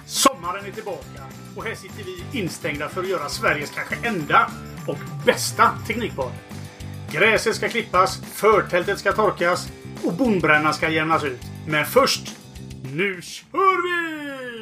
Sommaren är tillbaka och här sitter vi instängda för att göra Sveriges kanske enda och bästa teknikpodd. Gräset ska klippas, förtältet ska torkas och bondbrännan ska jämnas ut. Men först, nu kör vi!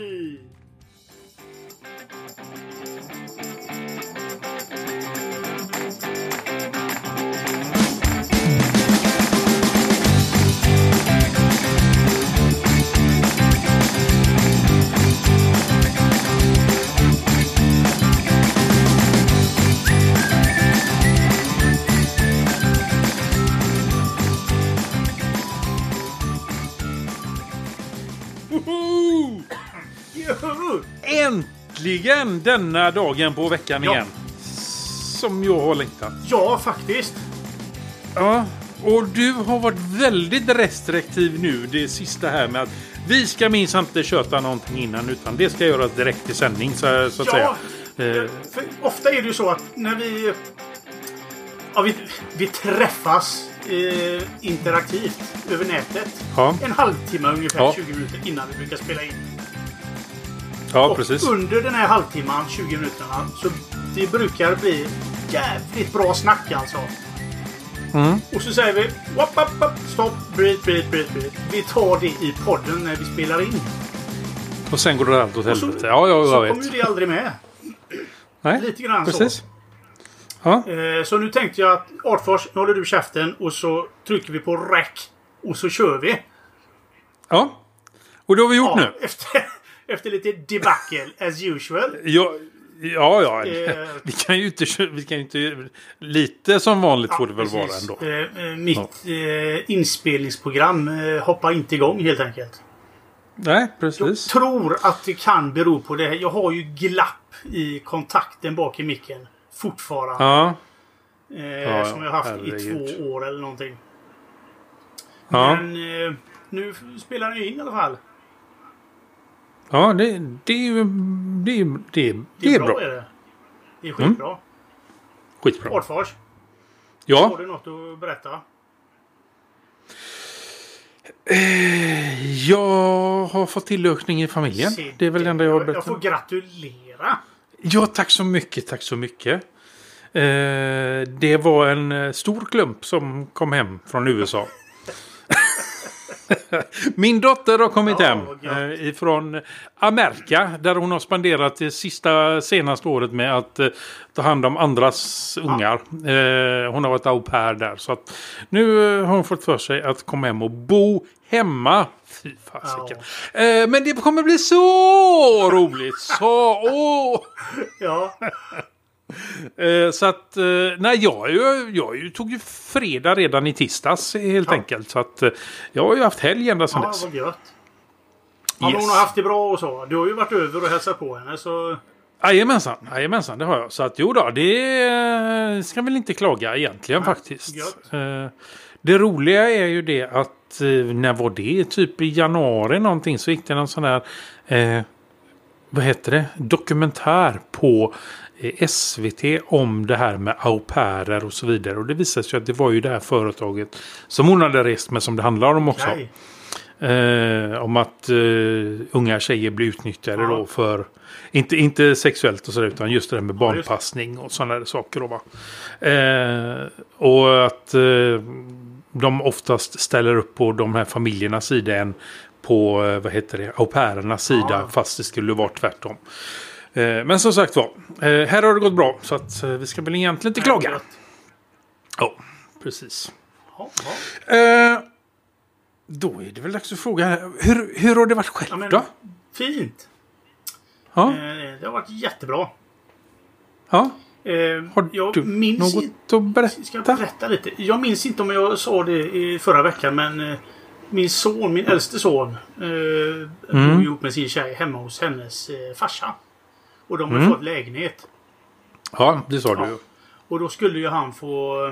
Äntligen denna dagen på veckan igen. Som jag har längtat. Ja, faktiskt. Ja, och du har varit väldigt restriktiv nu det sista här med att vi ska minst inte köta någonting innan utan det ska göras direkt i sändning så att säga. För ofta är det ju så att när vi träffas interaktivt över nätet. Ja. En halvtimme ungefär 20 minuter innan vi brukar spela in. Ja, och precis. Under den här halvtimman, 20 minuterna, så det brukar bli jävligt bra snack alltså. Mm. Och så säger vi stopp, bryt. Vi tar det i podden när vi spelar in. Och sen går det allt åt helvete. Så jag vet. kommer ju det aldrig med. Nej, lite grann precis. Så. Ja. Så nu tänkte jag att Artfors, nu håller du käften och så trycker vi på rec och så kör vi. Ja. Och det har vi gjort nu. Efter lite debacle as usual. Ja. Vi kan ju inte lite som vanligt får det väl precis. Vara ändå. Mitt inspelningsprogram hoppar inte igång helt enkelt. Nej, precis. Jag tror att det kan bero på det här. Jag har ju glapp i kontakten bak i micken fortfarande. Ja. Som jag har haft i 2 år eller någonting. Ja. Men nu spelar den ju in i alla fall. Ja, det är bra. Är det? Det är skitbra. Skitbra. Artfors. Ja. Har du något att berätta? Jag har fått tillökning i familjen. Det är väl det enda jag har berättat. Jag får gratulera. Ja, tack så mycket. Det var en stor klump som kom hem från USA. Min dotter har kommit hem ifrån Amerika där hon har spenderat det senaste året med att ta hand om andras ungar. Hon har varit au pair där så att nu har hon fått för sig att komma hem och bo hemma. Fy fasiken. Men det kommer bli så roligt. Ja. Så att nej, jag tog ju fredag redan i tisdags helt enkelt. Så att jag har ju haft helg ända sedan dess. Ja, vad gött. Ja, yes. Hon har haft det bra och så. Du har ju varit över och hälsat på henne så... Jajamensan, det har jag. Så att det ska väl inte klaga egentligen faktiskt. Det roliga är ju det att när var det? Typ i januari någonting så gick det någon sån här vad heter det? Dokumentär på SVT om det här med au pairer och så vidare. Och det visade sig att det var ju det här företaget som hon hade rest med som det handlar om också. Om att unga tjejer blir utnyttjade då för inte sexuellt och sådär utan just det där med barnpassning och sådana saker då, va. Och att de oftast ställer upp på de här familjernas sida än på au pairernas sida fast det skulle vara tvärtom. Men som sagt var, här har det gått bra så att vi ska väl egentligen inte klaga. Ja, precis. Då är det väl dags att fråga hur har det varit själv då? Fint. Ja. Det har varit jättebra. Ja. Har jag du minns något att berätta? Ska jag berätta lite? Jag minns inte om jag sa det i förra veckan men min äldste son bor ihop med sin tjej hemma hos hennes farsa. Och de har fått lägenhet. Ja, det sa du ju. Och då skulle ju han få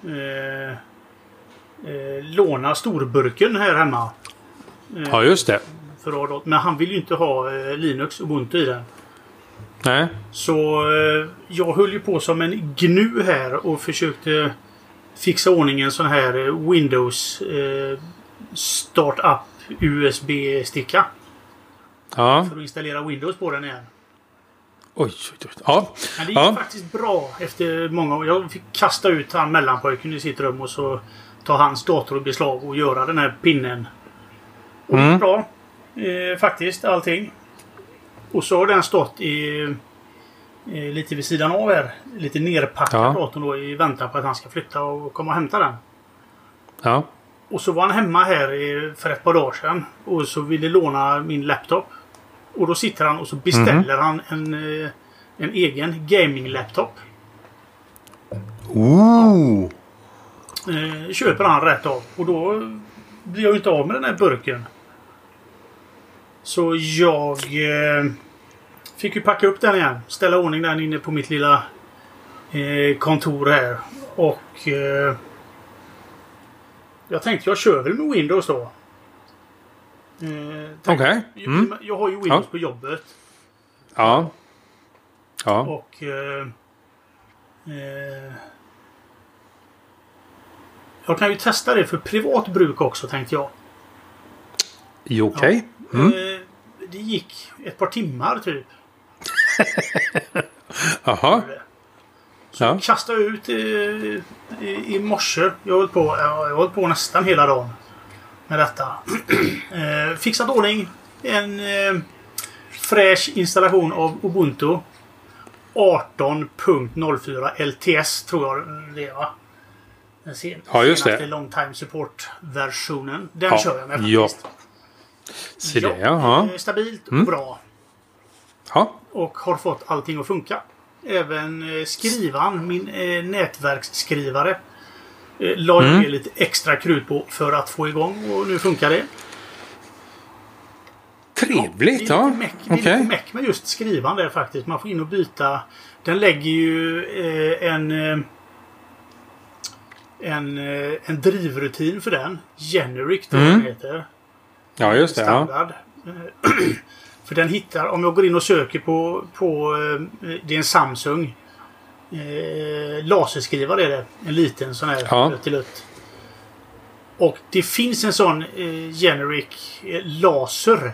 låna storburken här hemma. Ja, just det. Men han vill ju inte ha Linux och Ubuntu i den. Nej. Så jag höll ju på som en gnu här och försökte fixa ordning en sån här Windows Startup USB-sticka. Ja. För att installera Windows på den igen. Oj. Ja. Men det gick faktiskt bra efter många år. Jag fick kasta ut han mellanpojken i sitt rum och så ta hans dator i beslag och göra den här pinnen. Och det gick bra. Faktiskt, allting. Och så har den stått lite vid sidan av här. Lite nerpackad datorn då i väntan på att han ska flytta och komma och hämta den. Ja. Och så var han hemma här för ett par dagar sedan. Och så ville låna min laptop. Och då sitter han och så beställer han en egen gaming-laptop. Ooh. Köper han rätt av. Och då blir jag inte av med den här burken. Så jag fick ju packa upp den igen. Ställa ordning den inne på mitt lilla kontor här. Och jag tänkte jag kör väl med Windows då. Okej. Jag har ju Windows på jobbet. Ja. Ja. Och jag kan ju testa det för privat bruk också, tänkte jag. Okej. Det gick ett par timmar typ. Jaha. Så jag kastade ut i morse. Jag höll på nästan hela dagen med detta. Fixat ordning. En fräsch installation av Ubuntu 18.04 LTS tror jag det var. Den senaste long time support-versionen. Den kör jag med faktiskt. Se det, ja. Stabilt och bra. Ja. Och har fått allting att funka. Även skrivan, min nätverksskrivare, la jag lite extra krut på för att få igång. Och nu funkar det. Trevligt, det är lite meck med just skrivan där faktiskt. Man får in och byta. Den lägger ju en drivrutin för den. Generic tror jag den heter. Ja, just det. Standard. För den hittar, om jag går in och söker på det är en Samsung laserskrivare är det. En liten sån här till lutt. Och det finns en sån generic laser.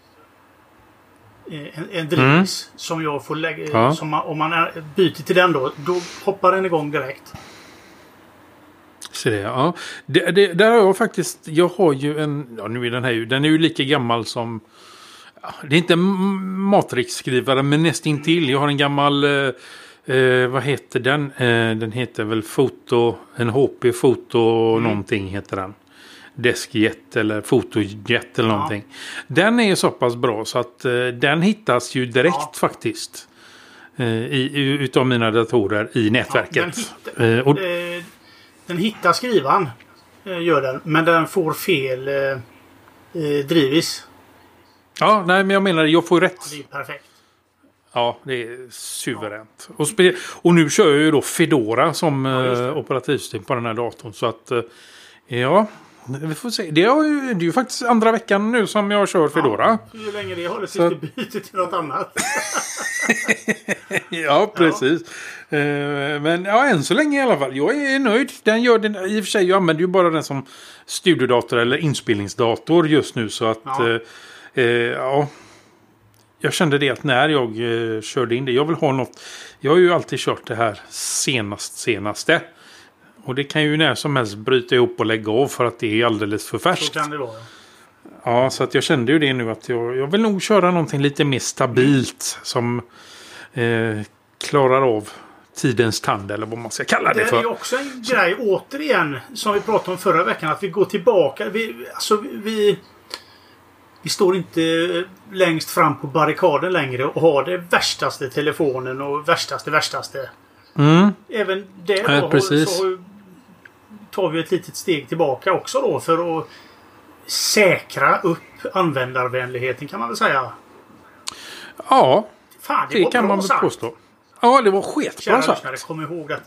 En drivs som jag får lägga om man byter till den då hoppar den igång direkt. Så det, ja. Där har jag faktiskt, jag har ju nu är den är ju lika gammal som, det är inte matrixskrivare men nästintill. Jag har en gammal, vad heter den? Den heter väl en HP Foto någonting heter den. Deskjet eller Fotojet eller någonting. Den är så pass bra så att den hittas ju direkt faktiskt. Utav mina datorer i nätverket. Den hittar skrivan, gör den, men den får fel drivis. Ja, nej, men jag menar, jag får rätt. Det är perfekt. Ja, det är suveränt. Och nu kör jag ju då Fedora som operativsystem på den här datorn. Så att, vi får se. Det är ju faktiskt andra veckan nu som jag kör Fedora. Hur länge det håller tills du byter till något annat. Ja, precis. Men än så länge i alla fall. Jag är nöjd. Den gör den, i och för sig, jag använder ju bara den som studiodator eller inspelningsdator just nu. Så att, jag kände det att när jag körde in det. Jag vill ha något. Jag har ju alltid kört det här senaste. Och det kan ju när som helst bryta ihop och lägga av för att det är alldeles för färskt. Så kan det vara. Ja, så att jag kände ju det nu att jag vill nog köra någonting lite mer stabilt som klarar av tidens tand eller vad man ska kalla det för. Det är också en grej återigen som vi pratade om förra veckan att vi går tillbaka. Vi står inte längst fram på barrikaden längre och har det värstaste telefonen och värstaste. Även det då, så tar vi ett litet steg tillbaka också då för att säkra upp användarvänligheten kan man väl säga. Ja, fan, det kan man väl påstå. Ja, det var skitbra sagt. Kom ihåg detta.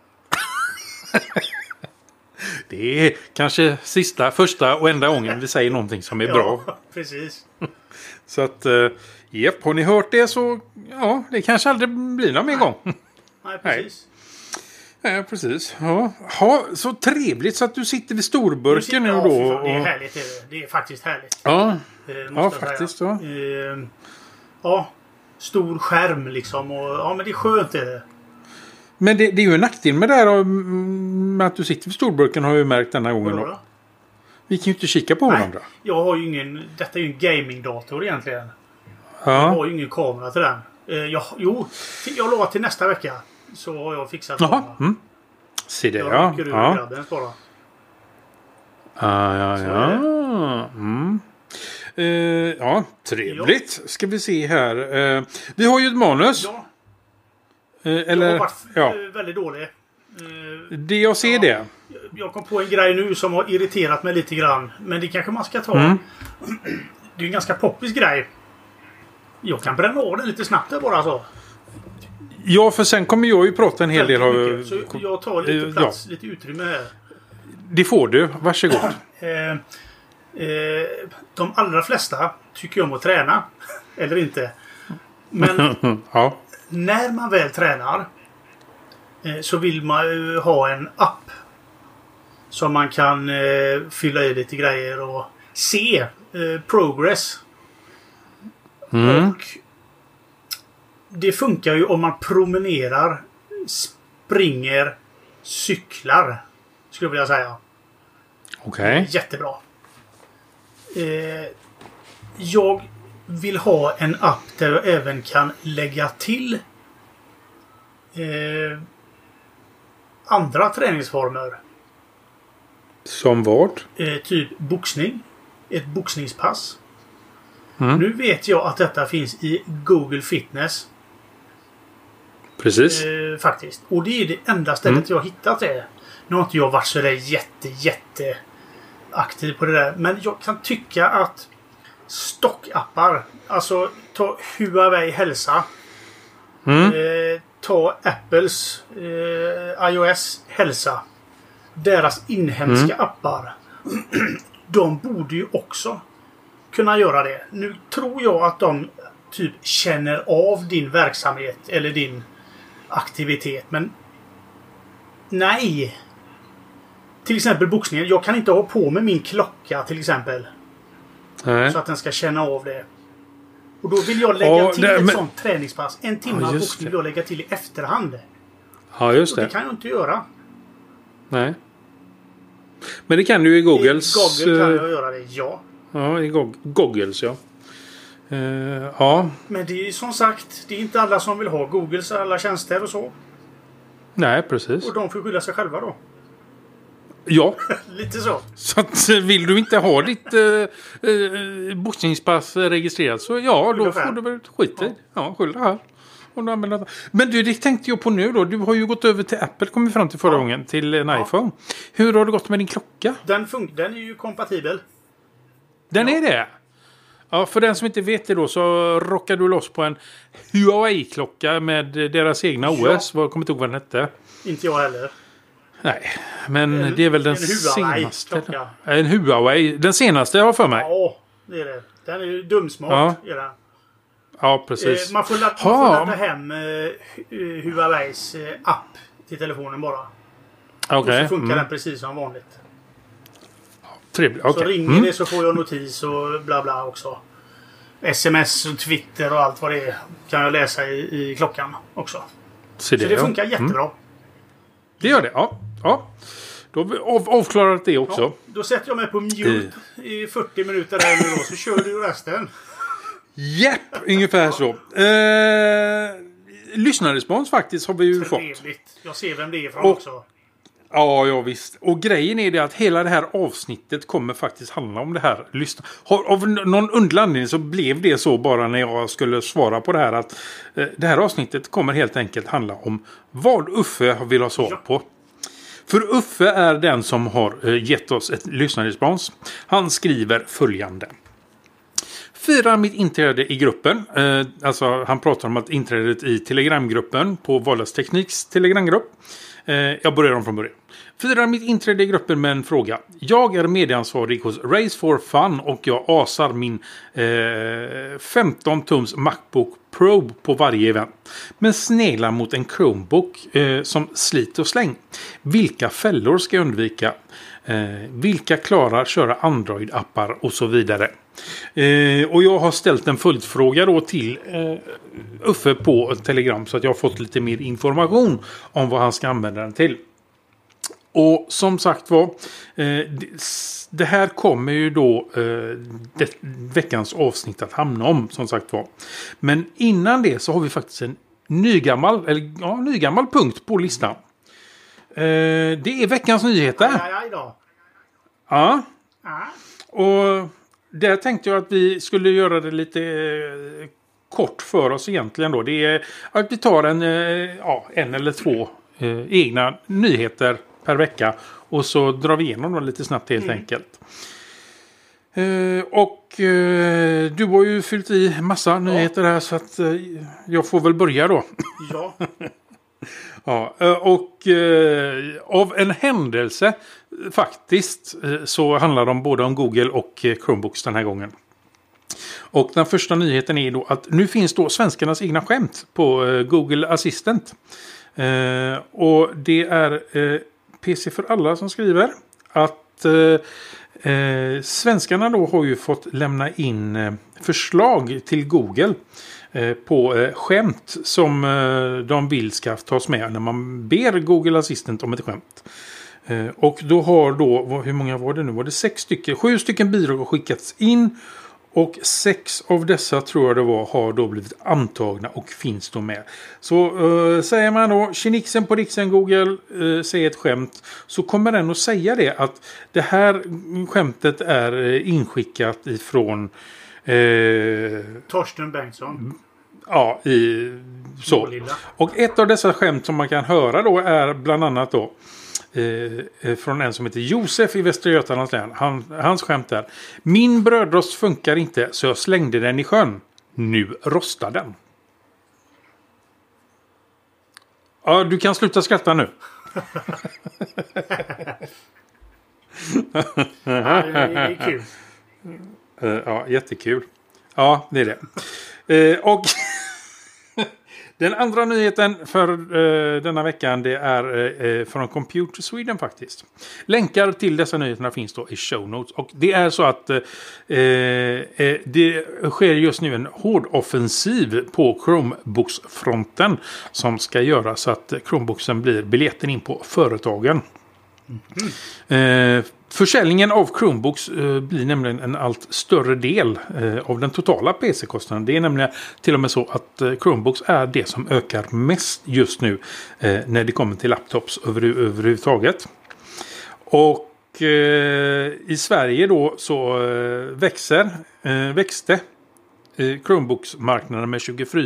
Det är kanske första och enda gången vi säger någonting som är bra. Ja, precis. Så att, har ni hört det så, det kanske aldrig blir någon mer gång. Nej, precis. Ja, precis. Ja. Så trevligt så att du sitter vid storburken nu då. Ja, det är härligt. Det är faktiskt härligt. Ja, faktiskt. Ja. Ja, stor skärm liksom. Och, men det är skönt det. Men det är ju en nackdel med det här med att du sitter vid storburken har jag ju märkt denna gången. Då. Vi kan ju inte kika på varandra. Jag har ju detta är ju en gamingdator egentligen. Ja. Jag har ju ingen kamera till den. Jag lovar till nästa vecka. Så har jag fixat Jaha. Se det, jag rycker ur grabben bara. Ja, trevligt. Ska vi se här. Vi har ju ett manus. Ja. Eller, jag har varit väldigt dålig. Det jag ser det. Jag kom på en grej nu som har irriterat mig lite grann. Men det kanske man ska ta. Det är en ganska poppis grej. Jag kan bränna av den lite snabbt där bara så. Ja, för sen kommer jag ju prata en hel del av... Så jag tar lite plats, lite utrymme här. Det får du. Varsågod. De allra flesta tycker om att träna. Eller inte. Men när man väl tränar så vill man ju ha en app som man kan fylla i lite grejer och se progress. Och det funkar ju om man promenerar, springer, cyklar. Skulle jag vilja säga. Okej. Jättebra. Jag vill ha en app där jag även kan lägga till andra träningsformer. Som vad? Typ boxning. Ett boxningspass. Nu vet jag att detta finns i Google Fitness. Precis. Faktiskt. Och det är det enda stället jag har hittat det. Nu har inte jag varit så där jätte aktiv på det där. Men jag kan tycka att stockappar. Alltså ta Huawei hälsa. Ta Apples iOS hälsa. Deras inhemska appar. De borde ju också kunna göra det. Nu tror jag att de typ känner av din verksamhet eller din aktivitet. Men nej. Till exempel boxningen. Jag kan inte ha på med min klocka till exempel. Nej. Så att den ska känna av det. Och då vill jag lägga till ett sånt träningspass. En timme boxning vill jag lägga till i efterhand. Ja, just det. Och det kan jag inte göra. Nej. Men det kan du i Googles... I Google kan jag göra det, ja. Ja, i Googles, ja. Ja. Men det är som sagt, det är inte alla som vill ha Googles alla tjänster och så. Nej, precis. Och de får skylla sig själva då. Ja. Lite så. Så att, vill du inte ha ditt boxningspass registrerat så då får du väl skit i. Ja, skylla här. Men du, det tänkte jag på nu då. Du har ju gått över till Apple, kom vi fram till förra gången, till en iPhone. Hur har det gått med din klocka? Den är ju kompatibel. Den är det? Ja, för den som inte vet det då så rockar du loss på en Huawei-klocka med deras egna OS. Jag kommer inte ihåg vad den hette. Inte jag heller. Nej, men det är väl den senaste. Klocka. En Huawei. Den senaste jag har för mig. Ja, det är det. Den är ju dumsmart. Ja. Ja, precis. Man får ladda hem Huaweis app till telefonen bara. Okay. Och så funkar den precis som vanligt. Trevligt. Okay. Så ringer det så får jag notis och bla bla också. SMS och Twitter och allt vad det är kan jag läsa i klockan också. Så det funkar jättebra. Det gör det, ja. Då har vi avklarat det också. Ja, då sätter jag mig på mute i 40 minuter där nu då, så kör du resten. Japp, ungefär så. Lyssnarrespons faktiskt har vi ju fått. Jag ser vem det är från också. Ja, visst. Och grejen är det att hela det här avsnittet kommer faktiskt handla om det här. Av någon underlig anledning så blev det så bara när jag skulle svara på det här att det här avsnittet kommer helt enkelt handla om vad Uffe vill ha svar på. För Uffe är den som har gett oss ett lyssnarrespons. Han skriver följande. Firar mitt inträde i gruppen. Alltså han pratar om att inträdet i telegramgruppen på Vardagstekniks telegramgrupp. Jag börjar om från början. Firar mitt inträde i gruppen med en fråga. Jag är medieansvarig hos Race for Fun och jag asar min 15-tums Macbook Pro på varje event. Men sneglar mot en Chromebook som slit och släng. Vilka fällor ska jag undvika? Vilka klarar köra Android-appar och så vidare. Och jag har ställt en följdfråga då till Uffe på Telegram så att jag har fått lite mer information om vad han ska använda den till. Och som sagt var, det här kommer ju då veckans avsnitt att hamna om, som sagt var. Men innan det så har vi faktiskt en nygammal punkt på listan. Det är veckans nyheter. Ja. Och där tänkte jag att vi skulle göra det lite kort för oss egentligen då. Det är att vi tar en eller två egna nyheter per vecka och så drar vi igenom dem lite snabbt helt enkelt. Du har ju fyllt i massa nyheter här så att jag får väl börja då. Ja. Ja, och av en händelse faktiskt så handlar de både om Google och Chromebooks den här gången. Och den första nyheten är då att nu finns då svenskarnas egna skämt på Google Assistant. Och det är PC för alla som skriver att svenskarna då har ju fått lämna in förslag till Google på skämt som de vill ska tas med när man ber Google Assistant om ett skämt. Och då har då, hur många var det nu? Var det 7 stycken bidrag skickats in och 6 av dessa tror jag det var har då blivit antagna och finns då med. Så säger man då Kinixen på Rixen Google säger ett skämt så kommer den att säga det att det här skämtet är inskickat ifrån Torsten Bengtsson. Ja, så. Och ett av dessa skämt som man kan höra då är bland annat då från en som heter Josef i Västra Götalands län. Hans skämt är: min brödrost funkar inte så jag slängde den i sjön. Nu rostar den. Ja, du kan sluta skratta nu. Ja, det är kul. Ja, jättekul. Ja, det är det. Och den andra nyheten för denna veckan det är från Computer Sweden faktiskt. Länkar till dessa nyheterna finns då i show notes. Och det är så att det sker just nu en hård offensiv på Chromebooks-fronten som ska göra så att Chromebooksen blir biljetten in på företagen. Försäljningen av Chromebooks blir nämligen en allt större del av den totala PC-kostnaden. Det är nämligen till och med så att Chromebooks är det som ökar mest just nu när det kommer till laptops överhuvudtaget. Och i Sverige då så växte Chromebooks-marknaden med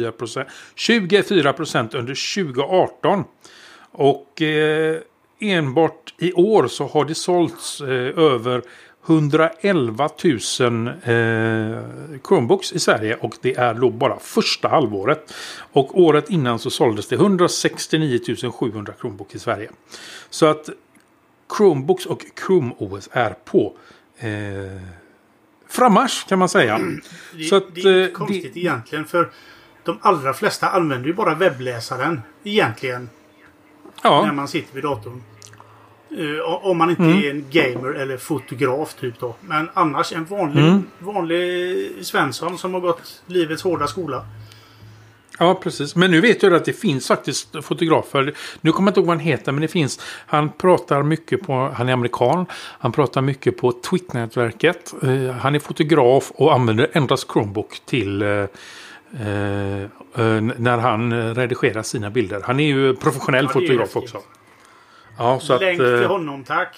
24% under 2018. Och enbart i år så har det sålts över 111 000 Chromebooks i Sverige och det är då bara första halvåret. Och året innan så såldes det 169 700 Chromebooks i Sverige. Så att Chromebooks och Chrome OS är på frammarsch kan man säga. Det är konstigt egentligen för de allra flesta använder ju bara webbläsaren egentligen. Ja. När man sitter vid datorn. Om man inte är en gamer eller fotograf typ då. Men annars en vanlig Svensson som har gått livets hårda skola. Ja, precis. Men nu vet jag att det finns faktiskt fotografer. Nu kommer jag inte ihåg vad han heter, men det finns. Han pratar mycket på, han är amerikan. Han pratar mycket på Twitter-nätverket. Han är fotograf och använder endast Chromebook till när han redigerar sina bilder. Han är ju professionell fotograf också. Ja, så länk till honom, tack.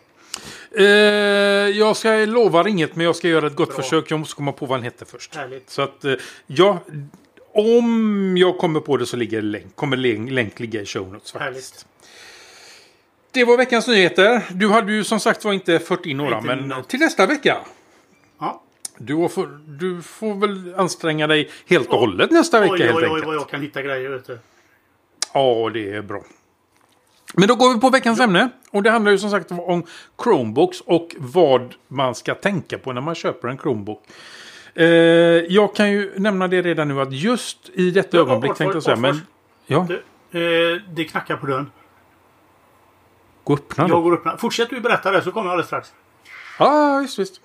Jag ska lova inget, men jag ska göra ett gott försök. Jag måste komma på vad han heter först. Härligt. Så att om jag kommer på det så kommer länk ligga i show notes faktiskt. Härligt. Det var veckans nyheter. Du hade ju som sagt var inte fört in några, men till nästa vecka. Ja. Du får väl anstränga dig helt och hållet nästa vecka helt enkelt. Oj, vad jag kan hitta grejer ute. Ja, det är bra. Men då går vi på veckans ämne. Och det handlar ju som sagt om Chromebooks och vad man ska tänka på när man köper en Chromebook. Jag kan ju nämna det redan nu att just i detta ögonblick tänkte jag säga. Men, ja. Det knackar på dörren. Gå och öppna då. Jag går och öppnar. Fortsätt du berätta det så kommer jag alldeles strax. Ja, visst.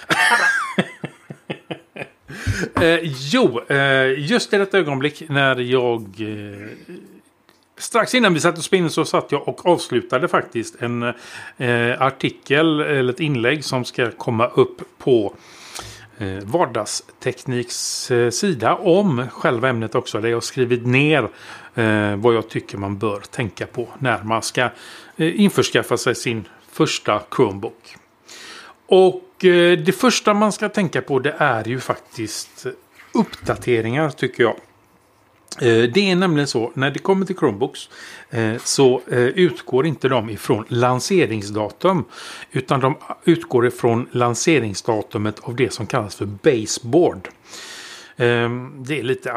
Just i detta ögonblick när jag... strax innan vi satt och spinade så satt jag och avslutade faktiskt en artikel eller ett inlägg som ska komma upp på vardagstekniks sida om själva ämnet också. Där jag har skrivit ner vad jag tycker man bör tänka på när man ska införskaffa sig sin första Chromebook. Och det första man ska tänka på det är ju faktiskt uppdateringar tycker jag. Det är nämligen så, när det kommer till Chromebooks så utgår inte de ifrån lanseringsdatum utan de utgår ifrån lanseringsdatumet av det som kallas för baseboard. Det är lite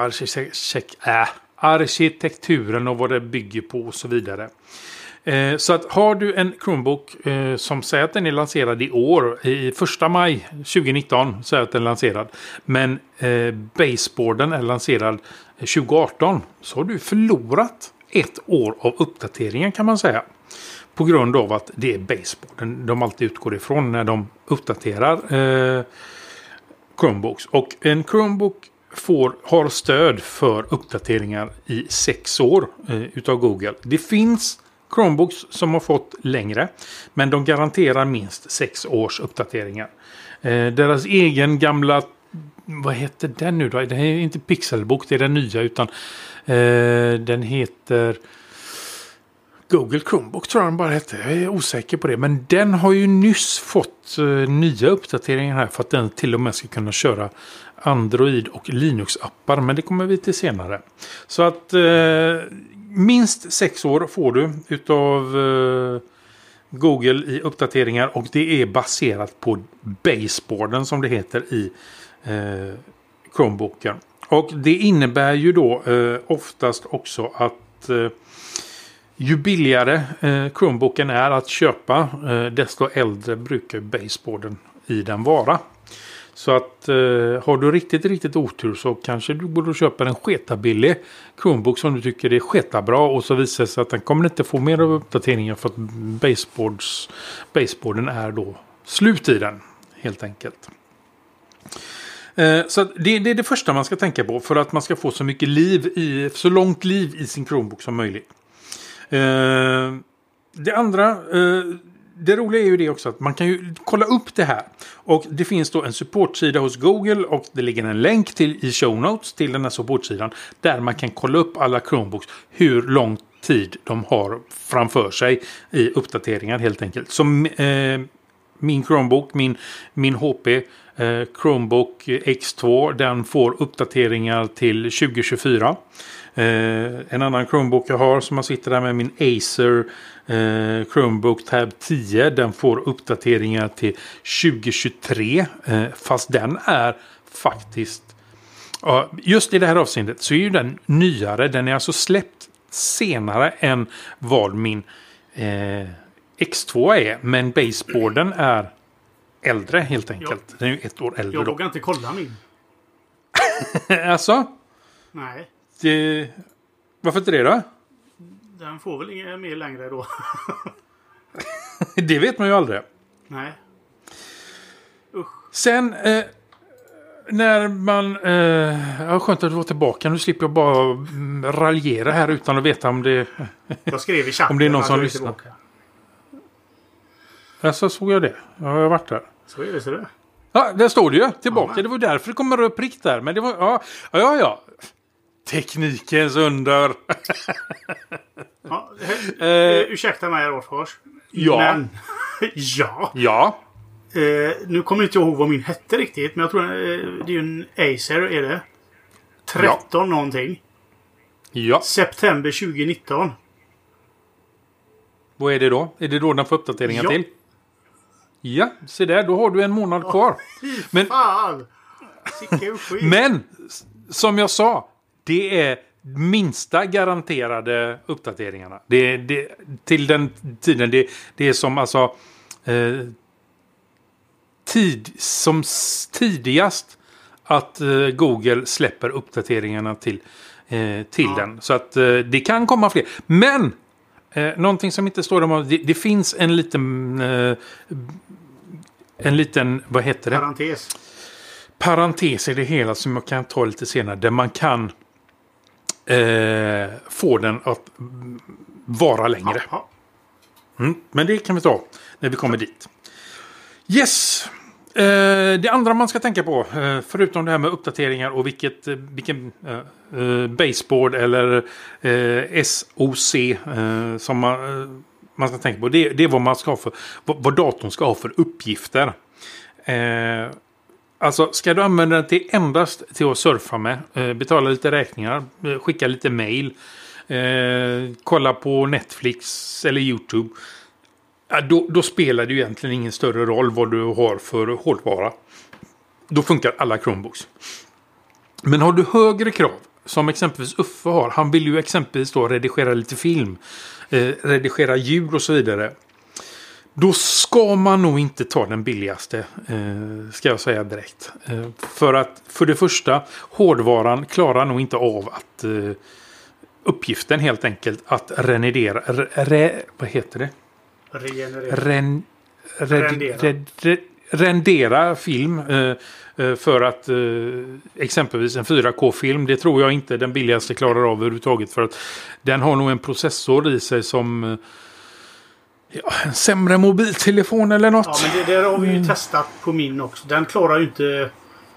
arkitekturen och vad det bygger på och så vidare. Så att har du en Chromebook som säger att den är lanserad i år, i 1 maj 2019 säger att den är lanserad. Men baseboarden är lanserad 2018 så har du förlorat ett år av uppdateringen kan man säga. På grund av att det är baseboarden de alltid utgår ifrån när de uppdaterar Chromebooks. Och en Chromebook har stöd för uppdateringar i 6 år utav Google. Det finns Chromebooks som har fått längre. Men de garanterar minst 6 års uppdateringar. Deras egen gamla... Vad heter den nu då? Det är inte Pixelbook, det är den nya. Utan den heter... Google Chromebook tror jag den bara heter. Jag är osäker på det. Men den har ju nyss fått nya uppdateringar här. För att den till och med ska kunna köra Android och Linux-appar. Men det kommer vi till senare. Så att... minst 6 år får du utav Google i uppdateringar och det är baserat på baseboarden som det heter i Chromebooken. Och det innebär ju då oftast också att ju billigare Chromebooken är att köpa desto äldre brukar baseboarden i den vara. Så att har du riktigt otur så kanske du borde köpa en sketabillig Chromebook som du tycker är sketabra och så visar det sig att den kommer inte få mer av uppdateringar för att baseboarden är då slut i den helt enkelt. Så det är det första man ska tänka på för att man ska få så mycket så långt liv i sin Chromebook som möjligt. Det andra... Det roliga är ju det också att man kan ju kolla upp det här. Och det finns då en supportsida hos Google och det ligger en länk i show notes till den här supportsidan. Där man kan kolla upp alla Chromebooks hur lång tid de har framför sig i uppdateringar helt enkelt. Som min Chromebook, min HP Chromebook X2 den får uppdateringar till 2024. En annan Chromebook jag har som jag sitter där med min Acer Chromebook Tab 10 den får uppdateringar till 2023 fast den är faktiskt just i det här avseendet så är ju den nyare, den är alltså släppt senare än vad min X2 är, men baseboarden är äldre helt enkelt. Den är ju 1 år äldre. Jag vågar inte kolla min. Alltså? Nej. Varför inte det då? Den får väl inget mer längre då. Det vet man ju aldrig. Nej. Usch. Sen när man... skönt att du var tillbaka. Nu slipper jag bara raljera här utan att veta om det... Jag skrev i chatten om det är någon som lyssnar. Så såg jag det. Jag har varit där. Så är det, så det. Ja, där står det ju. Tillbaka. Ja, det var därför det kom en röd prick där. Men det var... Ja. Teknikens under. Ursäkta mig, Årsfors. Ja. Men, ja. Nu kommer jag inte ihåg vad min hette riktigt. Men jag tror det är ju en Acer, är det? 13 någonting. Ja. September 2019. Vad är det då? Är det då den får uppdateringar till? Ja, se där. Då har du en månad kvar. Men, men som jag sa, det är minsta garanterade uppdateringarna. Till den tiden, det är som alltså som tidigast att Google släpper uppdateringarna till den. Så att det kan komma fler. Men någonting som inte står om det finns en liten, vad heter det? Parentes i det hela som jag kan ta lite senare. Där man kan få den att vara längre. Men det kan vi ta när vi kommer dit. Yes! Det andra man ska tänka på, förutom det här med uppdateringar och vilken baseboard eller SoC som man ska tänka på, det är vad man ska ha vad datorn ska ha för uppgifter. Alltså, ska du använda den endast till att surfa med, betala lite räkningar, skicka lite mail, kolla på Netflix eller YouTube, då spelar det ju egentligen ingen större roll vad du har för hårdvara. Då funkar alla Chromebooks. Men har du högre krav, som exempelvis Uffe har, han vill ju exempelvis då redigera lite film, redigera ljud och så vidare. Då ska man nog inte ta den billigaste, ska jag säga direkt. För det första, hårdvaran klarar nog inte av att uppgiften helt enkelt att vad heter det? Rendera film för att exempelvis en 4K-film, det tror jag inte den billigaste klarar av överhuvudtaget, för att den har nog en processor i sig som en sämre mobiltelefon eller något. Ja, men det där har vi ju testat på min också. Den klarar ju inte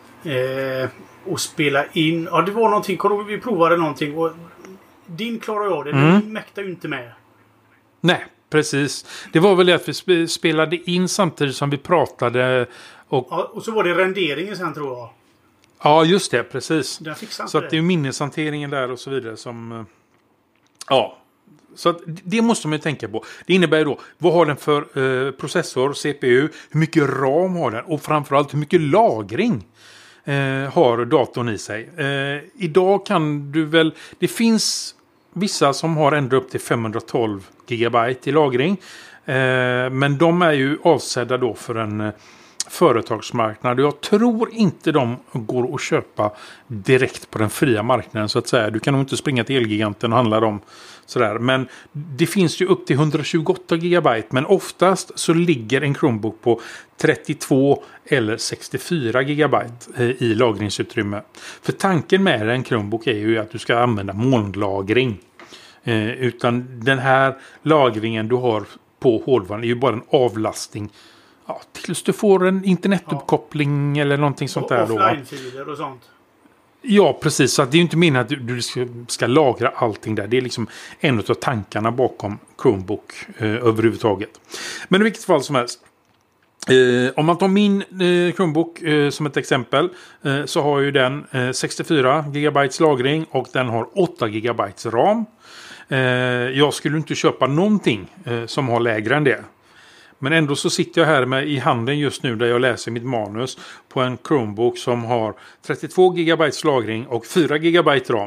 att spela in. Ja, det var någonting, vi provade någonting och din klarar av det, den mäktar ju inte med. Nej, precis. Det var väl det att vi spelade in samtidigt som vi pratade. Och så var det renderingen sen, tror jag. Ja, just det, precis. Den fixade så att det är minneshanteringen där och så vidare som... Ja, så att det måste man ju tänka på. Det innebär då, vad har den för processor, CPU, hur mycket RAM har den och framförallt hur mycket lagring har datorn i sig. Idag kan du väl... Det finns vissa som har ända upp till 512 GB i lagring. Men de är ju avsedda då för en företagsmarknad. Jag tror inte de går att köpa direkt på den fria marknaden, så att säga. Du kan nog inte springa till Elgiganten och handla dem sådär. Men det finns ju upp till 128 GB. Men oftast så ligger en Chromebook på 32 eller 64 GB i lagringsutrymme. För tanken med en Chromebook är ju att du ska använda molnlagring. Utan den här lagringen du har på hårdvaran är ju bara en avlastning. Ja, tills du får en internetuppkoppling eller någonting sånt där. Offline-filer och sånt. Ja, precis. Så att det är ju inte meningen att du ska lagra allting där. Det är liksom en av tankarna bakom Chromebook överhuvudtaget. Men i vilket fall som helst. Om man tar min Chromebook som ett exempel, så har ju den 64 GB lagring och den har 8 GB RAM. Jag skulle inte köpa någonting som har lägre än det. Men ändå så sitter jag här i handen just nu där jag läser mitt manus på en Chromebook som har 32 GB lagring och 4 GB RAM.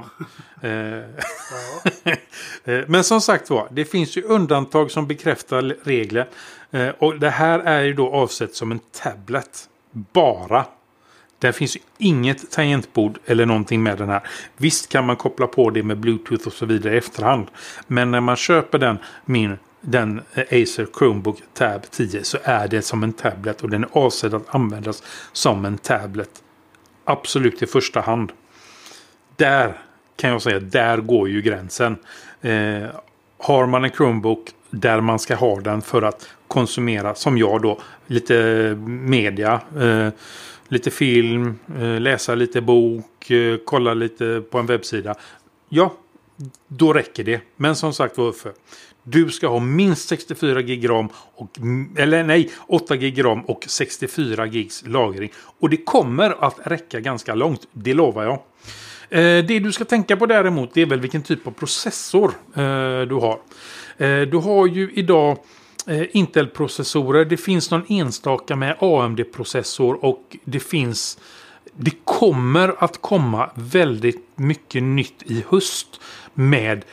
Men som sagt var, det finns ju undantag som bekräftar regler. Och det här är ju då avsett som en tablet. Bara. Det finns ju inget tangentbord eller någonting med den här. Visst kan man koppla på det med Bluetooth och så vidare i efterhand. Men när man köper den Acer Chromebook Tab 10 så är det som en tablet. Och den är avsedd att användas som en tablet. Absolut i första hand. Där kan jag säga, där går ju gränsen. Har man en Chromebook där man ska ha den för att konsumera, som jag då, lite media, lite film, läsa lite bok, kolla lite på en webbsida. Ja, då räcker det. Men som sagt, varför? Du ska ha minst 64 GB RAM 8 GB RAM och 64 GB lagring. Och det kommer att räcka ganska långt, det lovar jag. Det du ska tänka på däremot, det är väl vilken typ av processor du har. Du har ju idag Intel-processorer. Det finns någon enstaka med AMD-processor och det finns det kommer att komma väldigt mycket nytt i höst med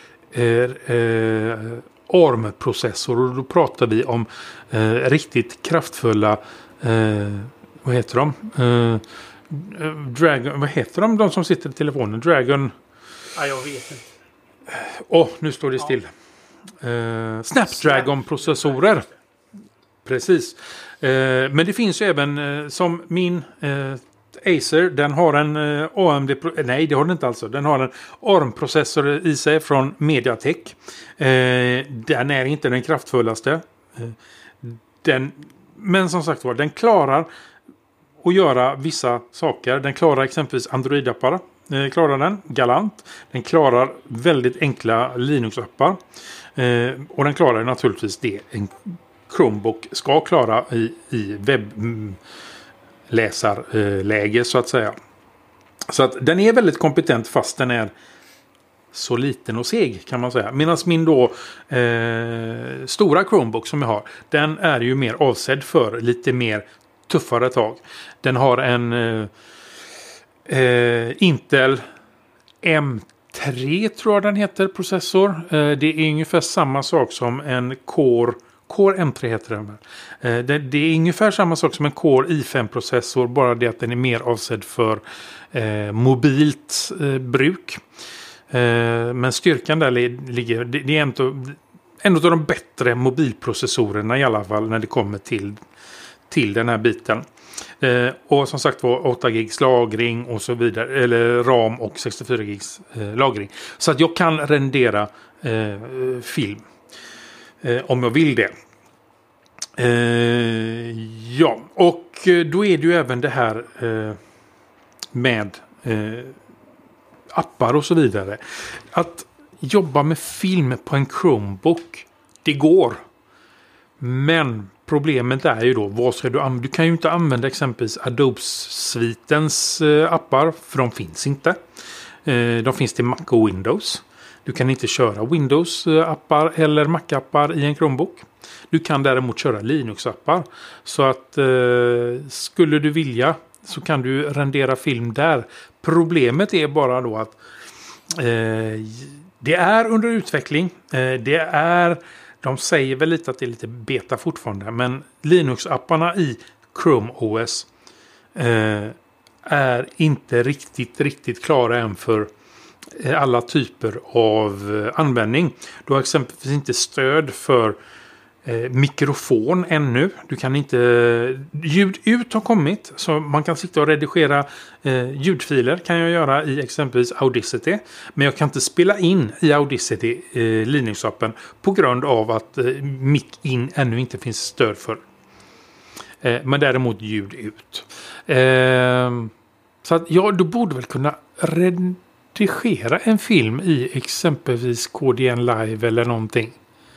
ARM-processor. Och då pratar vi om riktigt kraftfulla vad heter de? Dragon, vad heter de som sitter i telefonen? Dragon... Ja, jag vet inte. Nu står det still. Snapdragon-processorer. Precis. Men det finns ju även som min Acer, den har en AMD... Nej, det har den inte alltså. Den har en ARM-processor i sig från MediaTek. Den är inte den kraftfullaste. Men som sagt var, den klarar att göra vissa saker. Den klarar exempelvis Android-appar. Klarar den galant. Den klarar väldigt enkla Linux-appar. Och den klarar naturligtvis det en Chromebook ska klara i webbläsarläge så att säga. Så att den är väldigt kompetent fast den är så liten och seg kan man säga. Medan min då stora Chromebook som jag har, den är ju mer avsedd för lite mer tuffare tag. Den har en Intel M3 tror jag den heter processor. Det är ungefär samma sak som en Core M3 heter den. Det är ungefär samma sak som en Core i5-processor, bara det att den är mer avsedd för mobilt bruk. Men styrkan där ligger, det är en av de bättre mobilprocessorerna i alla fall när det kommer till den här biten. Och som sagt var 8 gigs lagring och så vidare, eller RAM och 64 gigs lagring. Så att jag kan rendera film om jag vill det. Ja, och då är det ju även det här med appar och så vidare. Att jobba med film på en Chromebook, det går. Men problemet är ju då, vad ska du kan ju inte använda exempelvis Adobe-svitens appar, för de finns inte. De finns till Mac och Windows. Du kan inte köra Windows-appar eller Mac-appar i en Chromebook. Du kan däremot köra Linux-appar. Så att skulle du vilja så kan du rendera film där. Problemet är bara då att det är under utveckling. De säger väl lite att det är lite beta fortfarande. Men Linux-apparna i Chrome OS är inte riktigt klara än för alla typer av användning. Du har exempelvis inte stöd för mikrofon ännu. Du kan inte... Ljud ut har kommit. Så man kan sitta och redigera ljudfiler kan jag göra i exempelvis Audacity. Men jag kan inte spela in i Audacity Linux-appen på grund av att mic in ännu inte finns stöd för. Men däremot ljud ut. Så att du borde väl kunna redigera en film i exempelvis KDN Live eller någonting.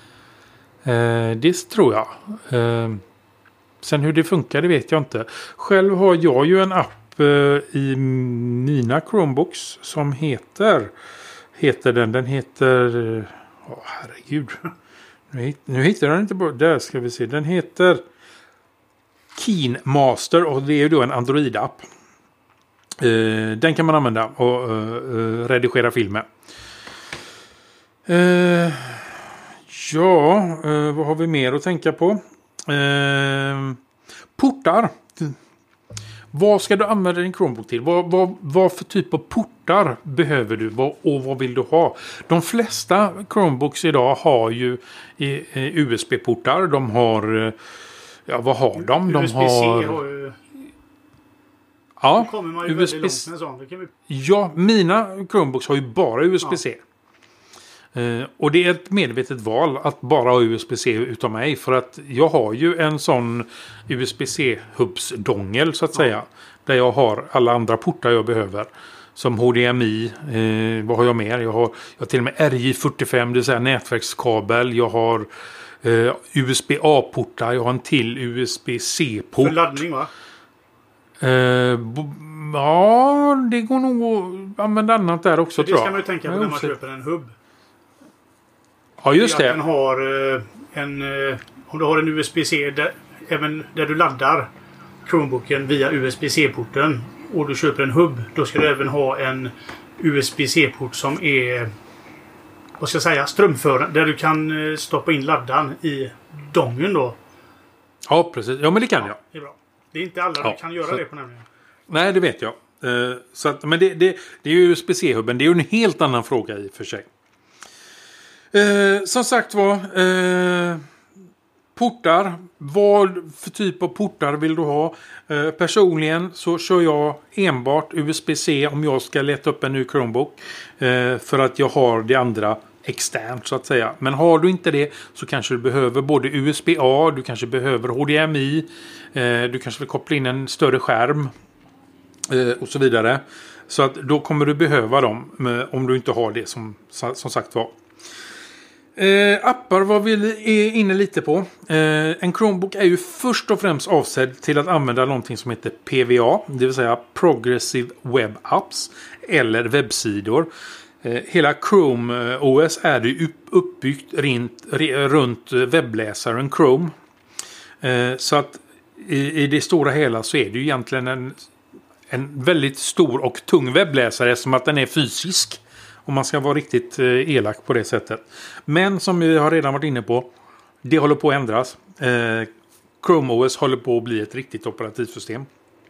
Det tror jag. Sen hur det funkar, det vet jag inte. Själv har jag ju en app i mina Chromebooks som heter den heter herregud. Nu hittar den inte bara. Där ska vi se. Den heter KineMaster och det är ju då en Android-app. Den kan man använda och redigera filmer. Ja, vad har vi mer att tänka på? Portar. Vad ska du använda din Chromebook till? Vad för typ av portar behöver du? Och vad vill du ha? De flesta Chromebooks idag har ju USB-portar. De har... Ja, vad har de? De USB-C har ju... Ja, då kommer man ju väldigt långt med sånt. Ja, mina Chromebooks har ju bara USB-C. Och det är ett medvetet val att bara ha USB-C utav mig. För att jag har ju en sån USB-C-hubs-dongel så att säga. Där jag har alla andra portar jag behöver. Som HDMI, vad har jag mer? Jag har till och med RJ45, det vill säga nätverkskabel. Jag har USB-A-portar, jag har en till USB-C-port. För laddning va? Ja, det går nog att använda annat där också tror jag. Det ska man ju tänka på när man köper en hubb. Ja, just det. Den har om du har en USB-C även där du laddar Chromebooken via USB-C-porten och du köper en hub, då ska du även ha en USB-C-port som är, vad ska jag säga, strömförande. Där du kan stoppa in laddan i dongen då. Ja, precis. Ja, men det kan jag. Det är bra. Det är inte alla du kan göra det på nämligen. Nej, det vet jag. Så att, men det är ju USB-C-hubben. Det är ju en helt annan fråga i och för sig. Som sagt var, portar. Vad för typ av portar vill du ha? Personligen så kör jag enbart USB-C om jag ska leta upp en ny Chromebook. För att jag har det andra externt så att säga. Men har du inte det så kanske du behöver både USB-A, du kanske behöver HDMI, du kanske vill koppla in en större skärm och så vidare. Så att då kommer du behöva dem om du inte har det som sagt var. Appar var vi är inne lite på. En Chromebook är ju först och främst avsedd till att använda någonting som heter PWA, det vill säga Progressive Web Apps eller webbsidor. Hela Chrome OS är det uppbyggt runt webbläsaren Chrome. Så att i det stora hela så är det ju egentligen en väldigt stor och tung webbläsare som att den är fysisk. Om man ska vara riktigt elak på det sättet. Men som vi har redan varit inne på, det håller på att ändras. Chrome OS håller på att bli ett riktigt operativsystem.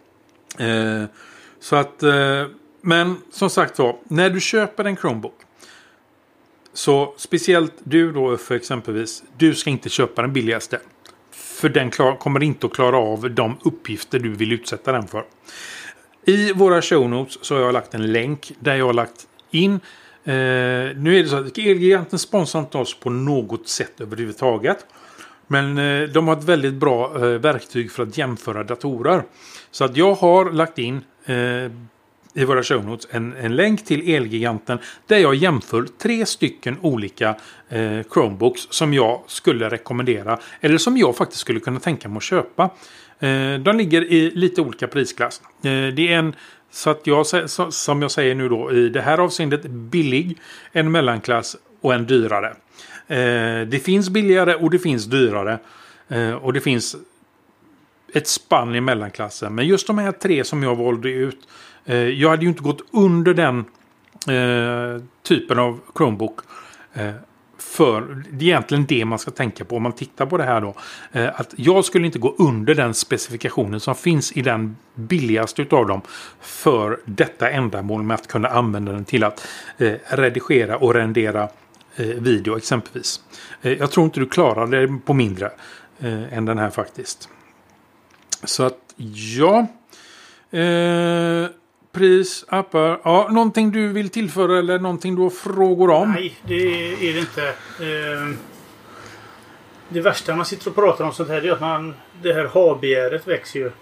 Så att... Men som sagt var, när du köper en Chromebook, så speciellt du då för exempelvis, du ska inte köpa den billigaste. För den kommer inte att klara av de uppgifter du vill utsätta den för. I våra show notes så har jag lagt en länk där jag har lagt in. Nu är det så att Elgiganten sponsrar inte oss på något sätt överhuvudtaget. Men de har ett väldigt bra verktyg för att jämföra datorer. Så att jag har lagt in... i våra show notes en länk till Elgiganten där jag jämför 3 stycken olika Chromebooks som jag skulle rekommendera eller som jag faktiskt skulle kunna tänka mig att köpa. De ligger i lite olika prisklass. Det är en, så att jag, som jag säger nu då, i det här avseendet billig, en mellanklass och en dyrare. Det finns billigare och det finns dyrare och det finns ett spann i mellanklassen. Men just de här 3 som jag valde ut, jag hade ju inte gått under den typen av Chromebook. För det är egentligen det man ska tänka på om man tittar på det här då. Att jag skulle inte gå under den specifikationen som finns i den billigaste utav dem. För detta ändamål med att kunna använda den till att redigera och rendera video exempelvis. Jag tror inte du klarar det på mindre än den här faktiskt. Så att ja... pris, appar. Ja, någonting du vill tillföra eller någonting du har frågor om? Nej, det är det inte. Det värsta när man sitter och pratar om sånt här är att det här ha-begäret växer ju.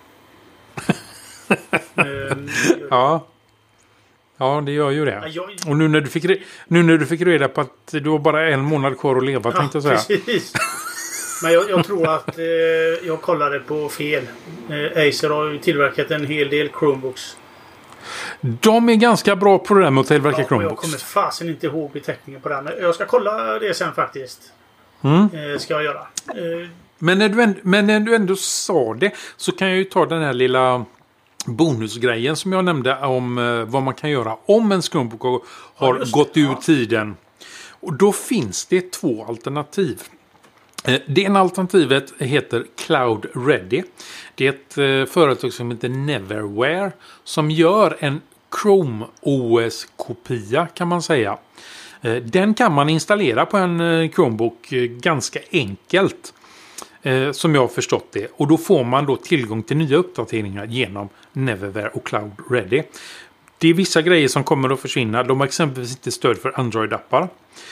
Ja. Ja, det gör ju det. Och nu när du fick reda på att du har bara 1 månad kvar att leva, tänkte jag säga. Precis. Men jag tror att jag kollade på fel. Acer har ju tillverkat en hel del Chromebooks. De är ganska bra på det där med att tillverka Chromebooks. Jag kommer fasen inte ihåg beteckningen på den. Jag ska kolla det sen faktiskt. Ska jag göra. Men när du ändå sa det så kan jag ju ta den här lilla bonusgrejen som jag nämnde om vad man kan göra om en Chromebook har gått ur tiden. Och då finns det 2 alternativ. Det ena alternativet heter Cloud Ready. Det är ett företag som heter Neverware som gör en Chrome OS-kopia kan man säga. Den kan man installera på en Chromebook ganska enkelt som jag har förstått det. Och då får man då tillgång till nya uppdateringar genom Neverware och Cloud Ready. Det är vissa grejer som kommer att försvinna. De har exempelvis inte stöd för Android-appar.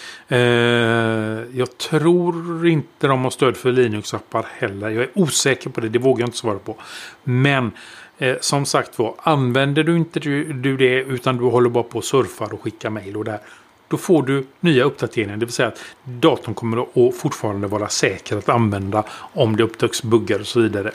Jag tror inte de har stöd för Linux-appar heller. Jag är osäker på det, det vågar jag inte svara på. Men som sagt var, använder du inte du det utan du håller bara på och surfar och skickar mejl och där, då får du nya uppdateringar. Det vill säga att datorn kommer att fortfarande vara säker att använda om det upptäcks buggar och så vidare.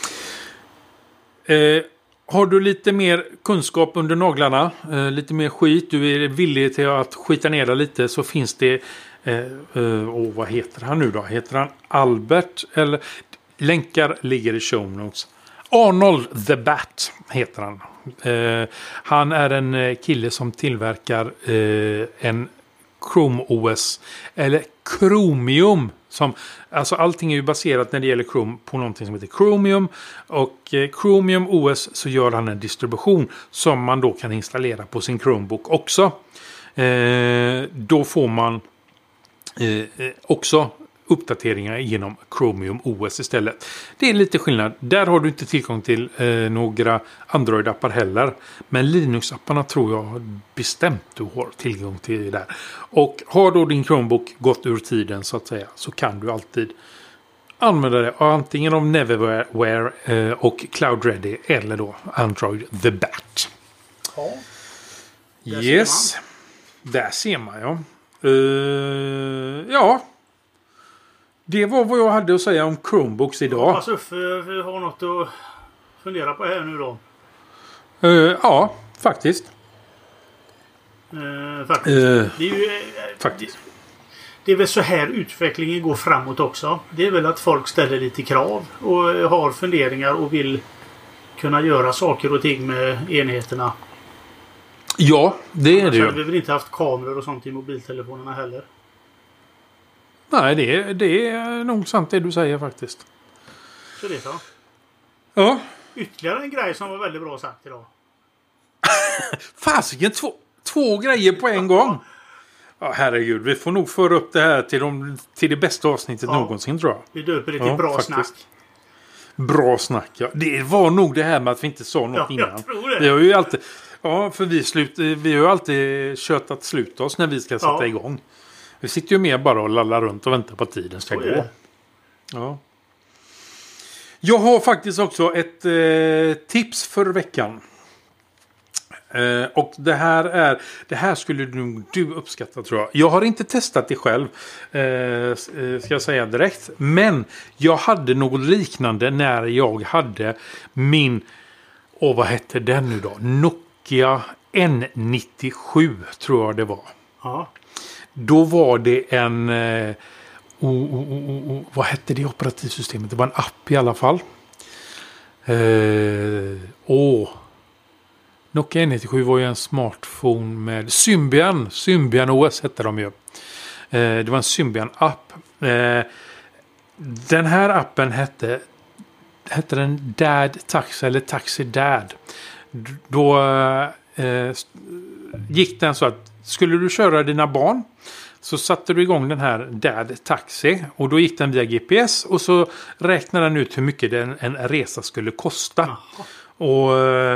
Har du lite mer kunskap under naglarna, lite mer skit, du är villig till att skita ner dig lite, så finns det, vad heter han nu då? Heter han Albert? Eller länkar ligger i show notes. Arnold the Bat heter han. Han är en kille som tillverkar en Chrome OS eller Chromium. Alltså allting är ju baserat när det gäller Chrome på någonting som heter Chromium. Och Chromium OS så gör han en distribution som man då kan installera på sin Chromebook också. Då får man också uppdateringar genom Chromium OS istället. Det är lite skillnad. Där har du inte tillgång till några Android-appar heller. Men Linux-apparna tror jag bestämt du har tillgång till där. Och har då din Chromebook gått ur tiden så att säga, så kan du alltid använda det antingen av Neverware och Cloud Ready eller då Android the Bat. Ja. Yes. Där ser man ja. Ja. Det var vad jag hade att säga om Chromebooks idag. Hoppas Uffe har något att fundera på här nu då. Ja, faktiskt. Faktiskt. Det är ju, faktiskt. Det är väl så här utvecklingen går framåt också. Det är väl att folk ställer lite krav och har funderingar och vill kunna göra saker och ting med enheterna. Ja, det är det ju. Vi har väl inte haft kameror och sånt i mobiltelefonerna heller. Nej, det är nog sant det du säger faktiskt. Så det så. Ja. Ytterligare en grej som var väldigt bra sagt idag. Fasiken, två grejer på en gång. Ja, herregud. Vi får nog föra upp det här till det bästa avsnittet någonsin, tror jag. Vi döper det till bra faktiskt. Snack. Bra snack, ja. Det var nog det här med att vi inte sa något innan. Jag tror det. Vi har ju alltid... Ja, för vi har ju alltid tjötat slut oss när vi ska sätta igång. Vi sitter ju mer bara och lallar runt och väntar på att tiden ska gå. Ja. Jag har faktiskt också ett tips för veckan. Och det här skulle du uppskatta, tror jag. Jag har inte testat det själv, ska jag säga direkt. Men jag hade något liknande när jag hade min... vad hette den nu då? Nokia N97 tror jag det var. Ja. Då var det en... vad hette det operativsystemet? Det var en app i alla fall. Nokia N97 var ju en smartphone med Symbian OS hette de ju. Det var en Symbian-app. Den här appen hette den Dad Taxi eller Taxi Dad. Då gick den så att skulle du köra dina barn så satte du igång den här Dad Taxi och då gick den via GPS och så räknade den ut hur mycket en resa skulle kosta. Aha. Och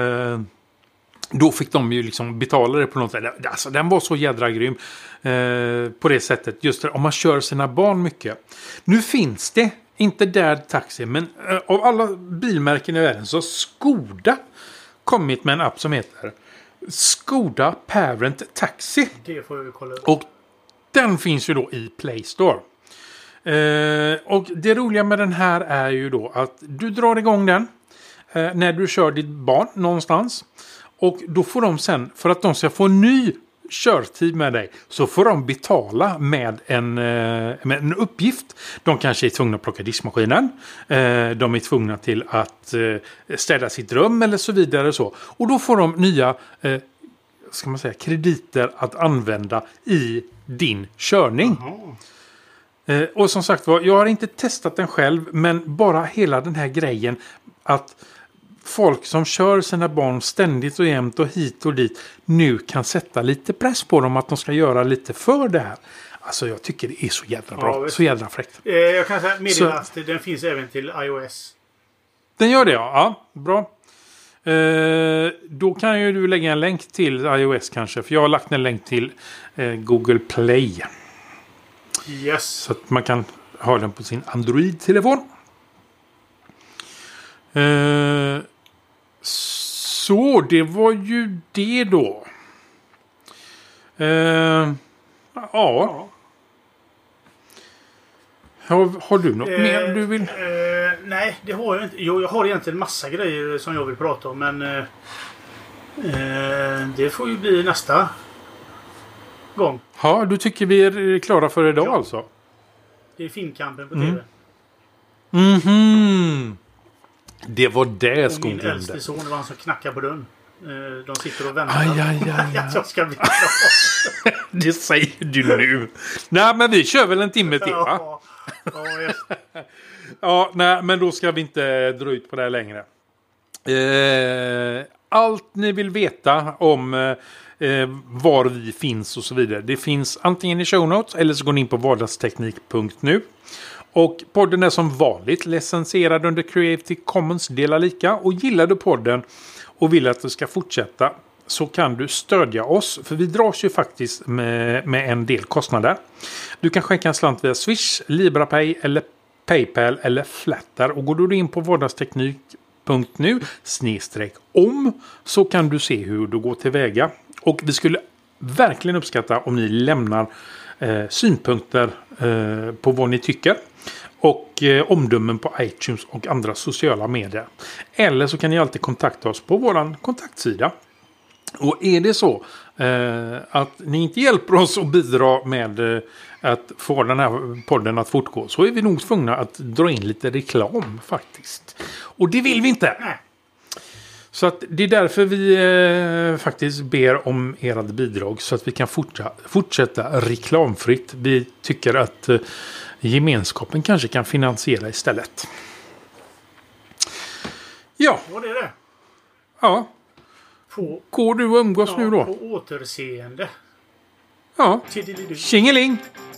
då fick de ju liksom betala det på något sätt. Alltså den var så jädra grym på det sättet. Just det, om man kör sina barn mycket. Nu finns det inte Dad Taxi, men av alla bilmärken i världen så har Skoda kommit med en app som heter Skoda Parent Taxi. Det får vi kolla upp. Och den finns ju då i Play Store. Och det roliga med den här är ju då att du drar igång den när du kör ditt barn någonstans. Och då får de sen, för att de ska få ny körtid med dig, så får de betala med en uppgift. De kanske är tvungna att plocka diskmaskinen. De är tvungna till att städa sitt rum eller så vidare. Så. Och då får de nya ska man säga, krediter att använda i din körning. Och som sagt var, jag har inte testat den själv, men bara hela den här grejen att folk som kör sina barn ständigt och jämt och hit och dit nu kan sätta lite press på dem att de ska göra lite för det här. Alltså jag tycker det är så jävla bra. Så jävla fräckt. Jag kan säga meddela att den finns även till iOS. Den gör det, ja. Bra. Då kan ju du lägga en länk till iOS kanske. För jag har lagt en länk till Google Play. Yes. Så att man kan ha den på sin Android-telefon. Så det var ju det då. Ja. Har du något mer du vill? Nej, det har jag inte. Jo, jag har egentligen massa grejer som jag vill prata om. Men det får ju bli nästa gång. Ja, du tycker vi är klara för idag alltså? Det är Finnkampen på TV. Mhm. Det var det skon Min glömde. äldste son, det var han som knackade på dörren. De sitter och väntar. Aj. Att jag ska bli bra. Det säger du nu. Nej, men vi kör väl en timme till, va? Ja, nej, men då ska vi inte dra ut på det här längre. Allt ni vill veta om var vi finns och så vidare. Det finns antingen i show notes eller så går ni in på vardagsteknik.nu. Och podden är som vanligt licensierad under Creative Commons dela lika. Och gillar du podden och vill att det ska fortsätta så kan du stödja oss. För vi dras ju faktiskt med en del kostnader. Du kan skänka en slant via Swish, LibraPay eller PayPal eller Flatter. Och går du in på vardagsteknik.nu/om så kan du se hur du går tillväga. Och vi skulle verkligen uppskatta om ni lämnar synpunkter på vad ni tycker. Och omdömen på iTunes och andra sociala medier. Eller så kan ni alltid kontakta oss på vår kontaktsida. Och är det så att ni inte hjälper oss att bidra med att få den här podden att fortgå så är vi nog tvungna att dra in lite reklam faktiskt. Och det vill vi inte. Nej. Så att det är därför vi faktiskt ber om ert bidrag så att vi kan fortsätta reklamfritt. Vi tycker att gemenskapen kanske kan finansiera istället. Ja. Vad är det? Ja. Går du och umgås nu då? På återseende. Ja. Tjingeling!